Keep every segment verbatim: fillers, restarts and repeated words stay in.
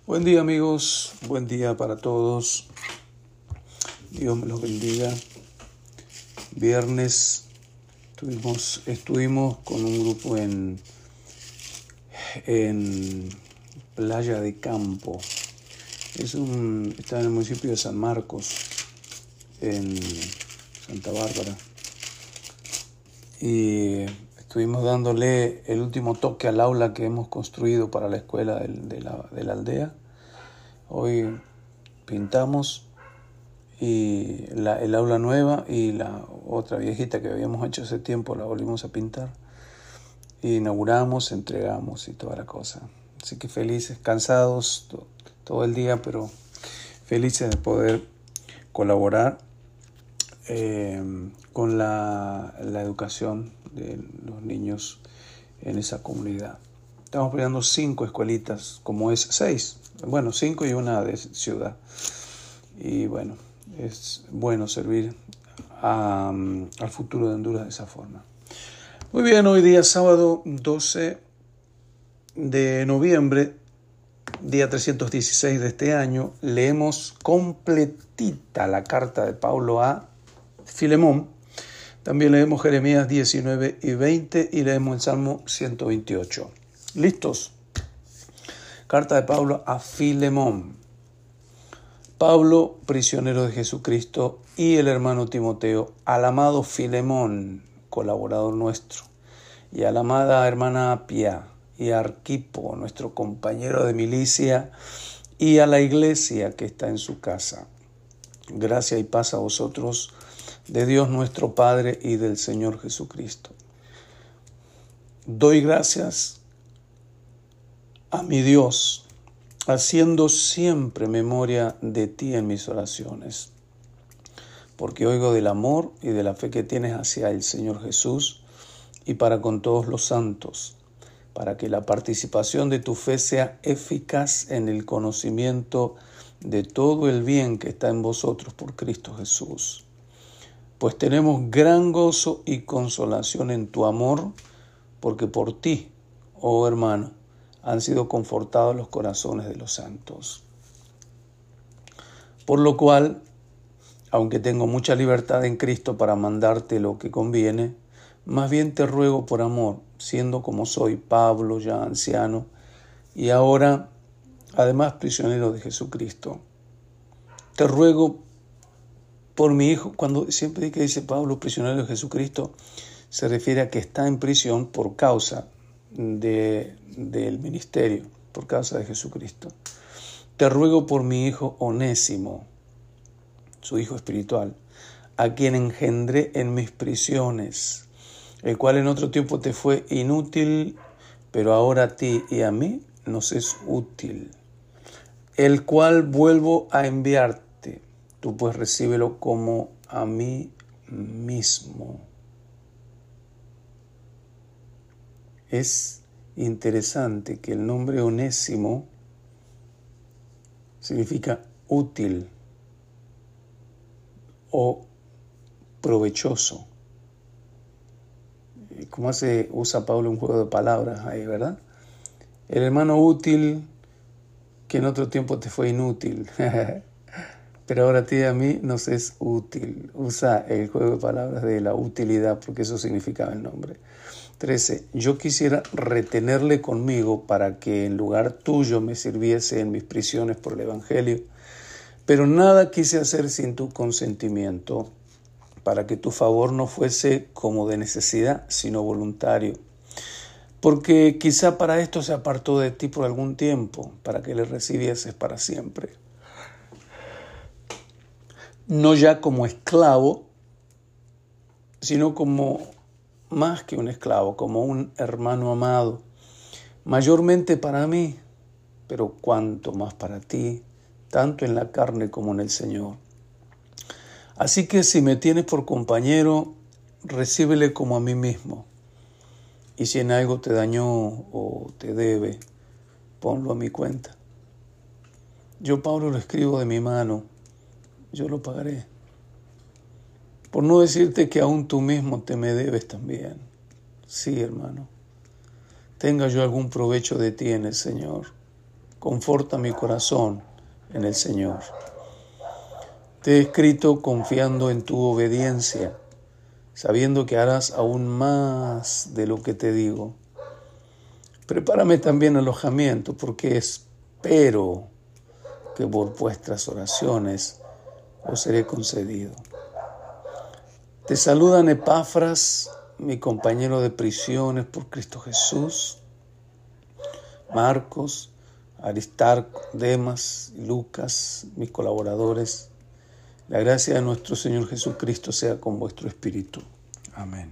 Buen día amigos, buen día para todos. Dios me los bendiga. Viernes estuvimos, estuvimos con un grupo en, en Playa de Campo. Es un, está en el municipio de San Marcos, en Santa Bárbara. Y estuvimos dándole el último toque al aula que hemos construido para la escuela de, de, la, de la aldea. Hoy pintamos y la, el aula nueva y la otra viejita que habíamos hecho hace tiempo la volvimos a pintar. Y inauguramos, entregamos y toda la cosa. Así que felices, cansados to, todo el día, pero felices de poder colaborar eh, con la, la educación de los niños en esa comunidad. Estamos apoyando cinco escuelitas, como es seis, bueno, cinco y una de ciudad. Y bueno, es bueno servir a, um, al futuro de Honduras de esa forma. Muy bien, hoy día sábado doce de noviembre, día trescientos dieciséis de este año, leemos completita la carta de Pablo a Filemón. También leemos Jeremías diecinueve y veinte y leemos el Salmo ciento veintiocho. ¿Listos? Carta de Pablo a Filemón. Pablo, prisionero de Jesucristo, y el hermano Timoteo, al amado Filemón, colaborador nuestro, y a la amada hermana Apia y a Arquipo, nuestro compañero de milicia, y a la iglesia que está en su casa. Gracia y paz a vosotros, de Dios nuestro Padre y del Señor Jesucristo. Doy gracias a mi Dios, haciendo siempre memoria de ti en mis oraciones, porque oigo del amor y de la fe que tienes hacia el Señor Jesús y para con todos los santos, para que la participación de tu fe sea eficaz en el conocimiento de todo el bien que está en vosotros por Cristo Jesús. Pues tenemos gran gozo y consolación en tu amor, porque por ti, oh hermano, han sido confortados los corazones de los santos. Por lo cual, aunque tengo mucha libertad en Cristo para mandarte lo que conviene, más bien te ruego por amor, siendo como soy, Pablo, ya anciano, y ahora, además, prisionero de Jesucristo. Te ruego por mi hijo. Cuando siempre que dice Pablo, prisionero de Jesucristo, se refiere a que está en prisión por causa de, del ministerio, por causa de Jesucristo. Te ruego por mi hijo Onésimo, su hijo espiritual, a quien engendré en mis prisiones, el cual en otro tiempo te fue inútil, pero ahora a ti y a mí nos es útil, el cual vuelvo a enviarte. Tú pues recíbelo como a mí mismo. Es interesante que el nombre Onésimo significa útil o provechoso. Como hace, usa Pablo un juego de palabras ahí, ¿verdad? El hermano útil que en otro tiempo te fue inútil, pero ahora a ti y a mí nos es útil. Usa el juego de palabras de la utilidad porque eso significaba el nombre. trece. Yo quisiera retenerle conmigo para que en lugar tuyo me sirviese en mis prisiones por el Evangelio, pero nada quise hacer sin tu consentimiento, para que tu favor no fuese como de necesidad, sino voluntario. Porque quizá para esto se apartó de ti por algún tiempo, para que le recibieses para siempre. No ya como esclavo, sino como más que un esclavo, como un hermano amado, mayormente para mí, pero cuanto más para ti, tanto en la carne como en el Señor. Así que si me tienes por compañero, recíbele como a mí mismo. Y si en algo te dañó o te debe, ponlo a mi cuenta. Yo, Pablo, lo escribo de mi mano, yo lo pagaré. Por no decirte que aún tú mismo te me debes también. Sí, hermano. Tenga yo algún provecho de ti en el Señor, conforta mi corazón en el Señor. Te he escrito confiando en tu obediencia, sabiendo que harás aún más de lo que te digo. Prepárame también alojamiento, porque espero que por vuestras oraciones os seré concedido. Te saludan Epafras, mi compañero de prisiones por Cristo Jesús, Marcos, Aristarco, Demas y Lucas, mis colaboradores. La gracia de nuestro Señor Jesucristo sea con vuestro espíritu. Amén.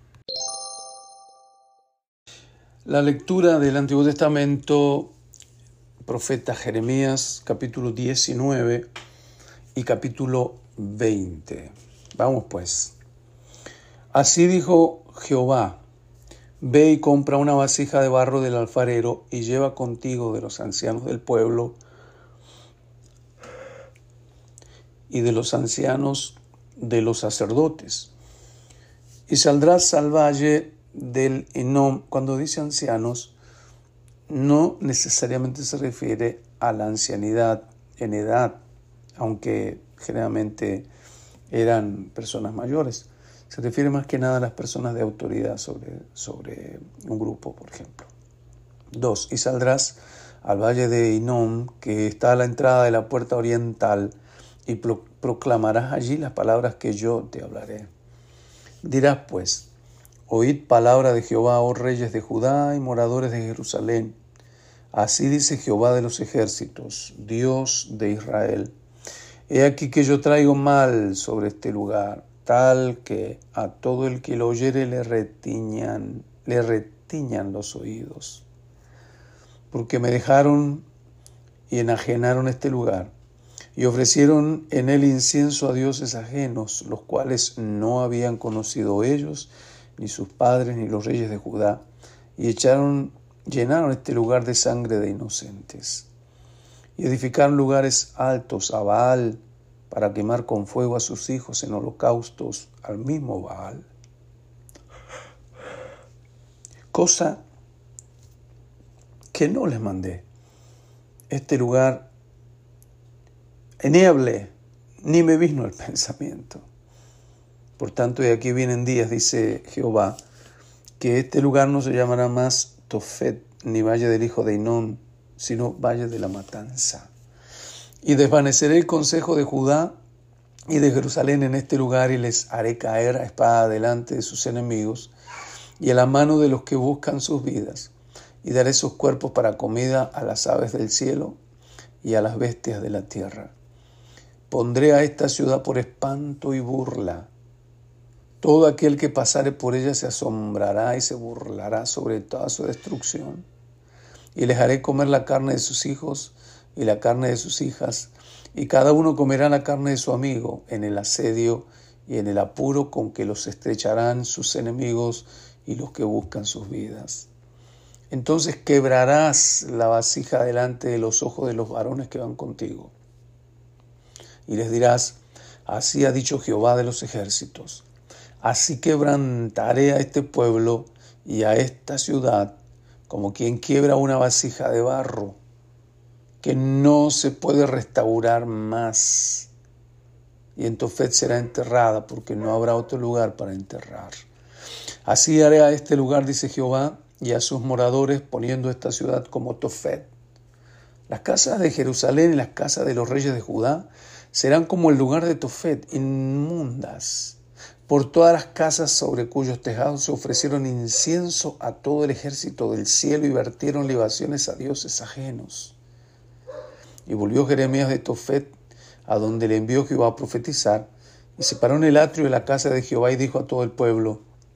La lectura del Antiguo Testamento, profeta Jeremías, capítulo diecinueve y capítulo veinte. Vamos pues. Así dijo Jehová: ve y compra una vasija de barro del alfarero y lleva contigo de los ancianos del pueblo y de los ancianos de los sacerdotes. Y saldrás al valle del Enom. Cuando dice ancianos, no necesariamente se refiere a la ancianidad en edad, aunque generalmente eran personas mayores. Se refiere más que nada a las personas de autoridad sobre, sobre un grupo, por ejemplo. Dos, y saldrás al valle de Enom, que está a la entrada de la puerta oriental, y pro- proclamarás allí las palabras que yo te hablaré. Dirás pues: oíd palabra de Jehová, oh reyes de Judá y moradores de Jerusalén. Así dice Jehová de los ejércitos, Dios de Israel: he aquí que yo traigo mal sobre este lugar, tal que a todo el que lo oyere le retiñan, le retiñan los oídos. Porque me dejaron y enajenaron este lugar, y ofrecieron en él incienso a dioses ajenos, los cuales no habían conocido ellos, ni sus padres, ni los reyes de Judá, y echaron, llenaron este lugar de sangre de inocentes. Y edificaron lugares altos a Baal, para quemar con fuego a sus hijos en holocaustos al mismo Baal. Cosa que no les mandé. Este lugar enneble, ni me vino el pensamiento. Por tanto, y aquí vienen días, dice Jehová, que este lugar no se llamará más Tofet, ni valle del hijo de Hinón, sino valle de la matanza. Y desvaneceré el consejo de Judá y de Jerusalén en este lugar, y les haré caer a espada delante de sus enemigos y a la mano de los que buscan sus vidas. Y daré sus cuerpos para comida a las aves del cielo y a las bestias de la tierra. Pondré a esta ciudad por espanto y burla. Todo aquel que pasare por ella se asombrará y se burlará sobre toda su destrucción. Y les haré comer la carne de sus hijos y la carne de sus hijas, y cada uno comerá la carne de su amigo en el asedio y en el apuro con que los estrecharán sus enemigos y los que buscan sus vidas. Entonces quebrarás la vasija delante de los ojos de los varones que van contigo. Y les dirás: así ha dicho Jehová de los ejércitos, así quebrantaré a este pueblo y a esta ciudad, como quien quiebra una vasija de barro, que no se puede restaurar más. Y en Tofet será enterrada, porque no habrá otro lugar para enterrar. Así haré a este lugar, dice Jehová, y a sus moradores, poniendo esta ciudad como Tofet. Las casas de Jerusalén y las casas de los reyes de Judá serán como el lugar de Tofet, inmundas. Por todas las casas sobre cuyos tejados se ofrecieron incienso a todo el ejército del cielo y vertieron libaciones a dioses ajenos. Y volvió Jeremías de Tofet, a donde le envió Jehová a profetizar, y se paró en el atrio de la casa de Jehová y dijo a todo el pueblo: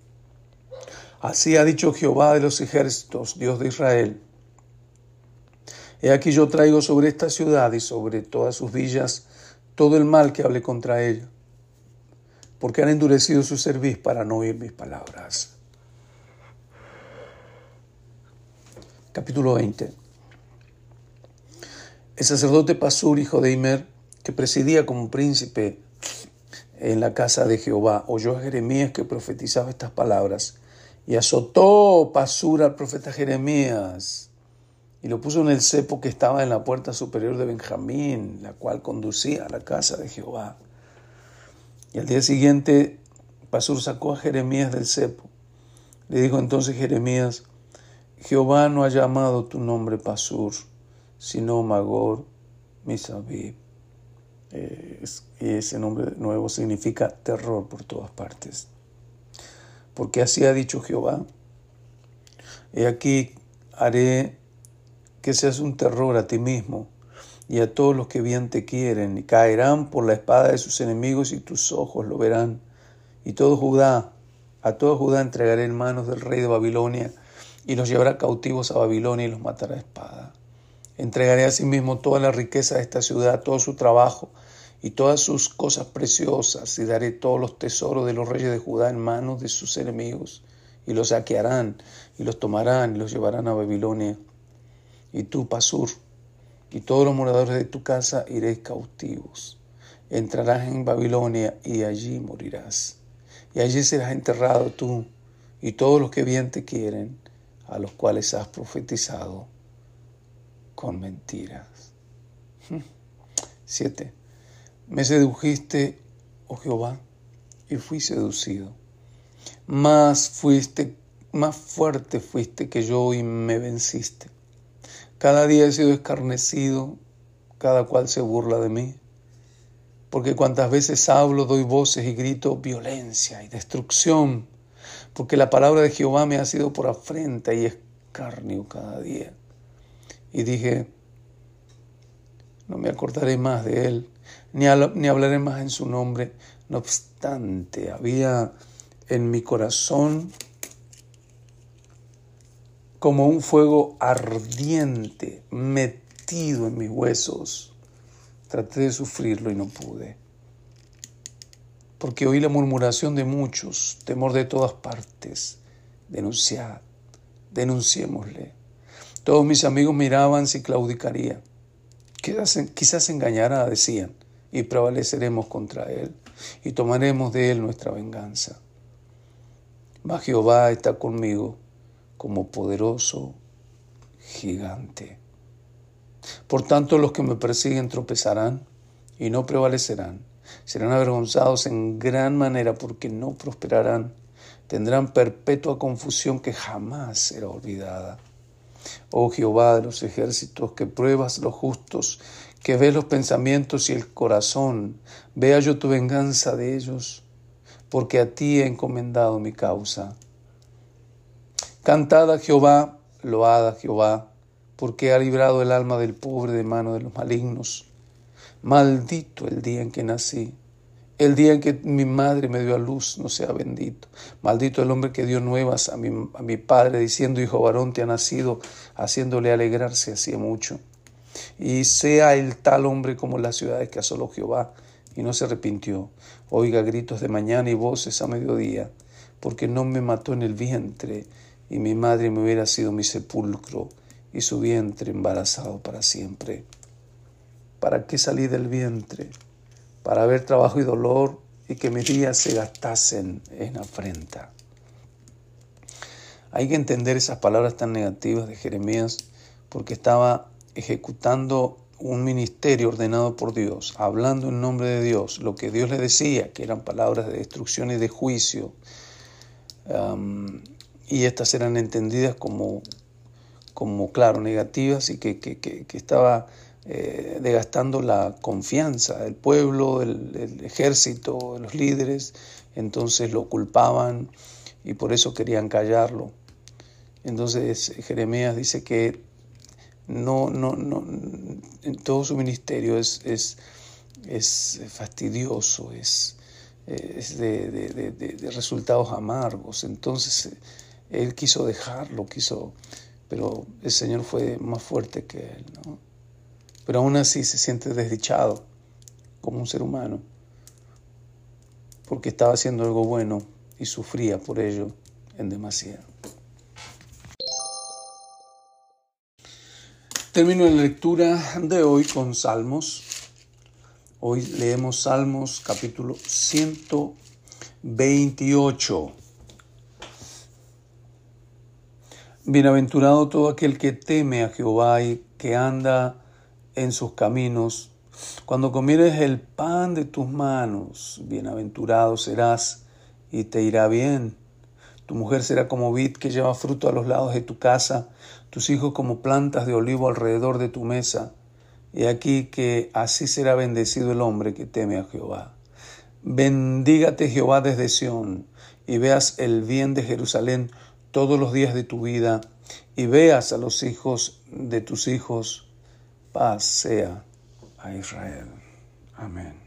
así ha dicho Jehová de los ejércitos, Dios de Israel: he aquí yo traigo sobre esta ciudad y sobre todas sus villas todo el mal que hablé contra ella, porque han endurecido su cerviz para no oír mis palabras. Capítulo veinte. El sacerdote Pasur, hijo de Immer, que presidía como príncipe en la casa de Jehová, oyó a Jeremías que profetizaba estas palabras, y azotó Pasur al profeta Jeremías, y lo puso en el cepo que estaba en la puerta superior de Benjamín, la cual conducía a la casa de Jehová. Y al día siguiente Pasur sacó a Jeremías del cepo. Le dijo entonces Jeremías: Jehová no ha llamado tu nombre Pasur, sino Magor Misabib. Eh, y ese nombre nuevo significa terror por todas partes. Porque así ha dicho Jehová: he aquí haré que seas un terror a ti mismo y a todos los que bien te quieren, y caerán por la espada de sus enemigos y tus ojos lo verán. Y todo Judá, a todo Judá entregaré en manos del rey de Babilonia, y los llevará cautivos a Babilonia y los matará a espada. Entregaré asimismo toda la riqueza de esta ciudad, todo su trabajo y todas sus cosas preciosas, y daré todos los tesoros de los reyes de Judá en manos de sus enemigos, y los saquearán, y los tomarán, y los llevarán a Babilonia. Y tú, Pasur, y todos los moradores de tu casa iréis cautivos. Entrarás en Babilonia, y allí morirás. Y allí serás enterrado tú, y todos los que bien te quieren, a los cuales has profetizado con mentiras. Siete. Me sedujiste, oh Jehová, y fui seducido. Más fuiste, más fuerte fuiste que yo y me venciste. Cada día he sido escarnecido, cada cual se burla de mí. Porque cuantas veces hablo, doy voces y grito violencia y destrucción. Porque la palabra de Jehová me ha sido por afrenta y escarnio cada día. Y dije: no me acordaré más de él, ni, ni hablaré más en su nombre. No obstante, había en mi corazón como un fuego ardiente metido en mis huesos. Traté de sufrirlo y no pude. Porque oí la murmuración de muchos, temor de todas partes. Denunciad, denunciémosle. Todos mis amigos miraban si claudicaría. Quizás, quizás engañará, decían, y prevaleceremos contra él, y tomaremos de él nuestra venganza. Mas Jehová está conmigo como poderoso gigante. Por tanto, los que me persiguen tropezarán y no prevalecerán. Serán avergonzados en gran manera porque no prosperarán. Tendrán perpetua confusión que jamás será olvidada. Oh Jehová de los ejércitos, que pruebas los justos, que ves los pensamientos y el corazón, vea yo tu venganza de ellos, porque a ti he encomendado mi causa. Cantad a Jehová, load a Jehová, porque ha librado el alma del pobre de mano de los malignos. Maldito el día en que nací, el día en que mi madre me dio a luz, no sea bendito. Maldito el hombre que dio nuevas a mi, a mi padre, diciendo: hijo varón te ha nacido, haciéndole alegrarse hacía mucho. Y sea el tal hombre como las ciudades que asoló Jehová, y no se arrepintió. Oiga gritos de mañana y voces a mediodía, porque no me mató en el vientre, y mi madre me hubiera sido mi sepulcro, y su vientre embarazado para siempre. ¿Para qué salí del vientre? Para ver trabajo y dolor, y que mis días se gastasen en afrenta. Hay que entender esas palabras tan negativas de Jeremías, porque estaba ejecutando un ministerio ordenado por Dios, hablando en nombre de Dios, lo que Dios le decía, que eran palabras de destrucción y de juicio, um, y estas eran entendidas como, como claro, negativas, y que, que, que, que estaba eh, desgastando la confianza del pueblo, del, del ejército, de los líderes. Entonces lo culpaban y por eso querían callarlo. Entonces Jeremías dice que no, no, no, en todo su ministerio es, es, es fastidioso, es, es de, de, de, de resultados amargos. Entonces él quiso dejarlo, quiso, pero el Señor fue más fuerte que él, ¿no? Pero aún así se siente desdichado como un ser humano, porque estaba haciendo algo bueno y sufría por ello en demasía. Termino la lectura de hoy con Salmos. Hoy leemos Salmos capítulo ciento veintiocho. Bienaventurado todo aquel que teme a Jehová y que anda en sus caminos. Cuando comieres el pan de tus manos, bienaventurado serás y te irá bien. Tu mujer será como vid que lleva fruto a los lados de tu casa, tus hijos como plantas de olivo alrededor de tu mesa. Y aquí que así será bendecido el hombre que teme a Jehová. Bendígate Jehová desde Sión, y veas el bien de Jerusalén todos los días de tu vida, y veas a los hijos de tus hijos. Paz sea a Israel. Amén.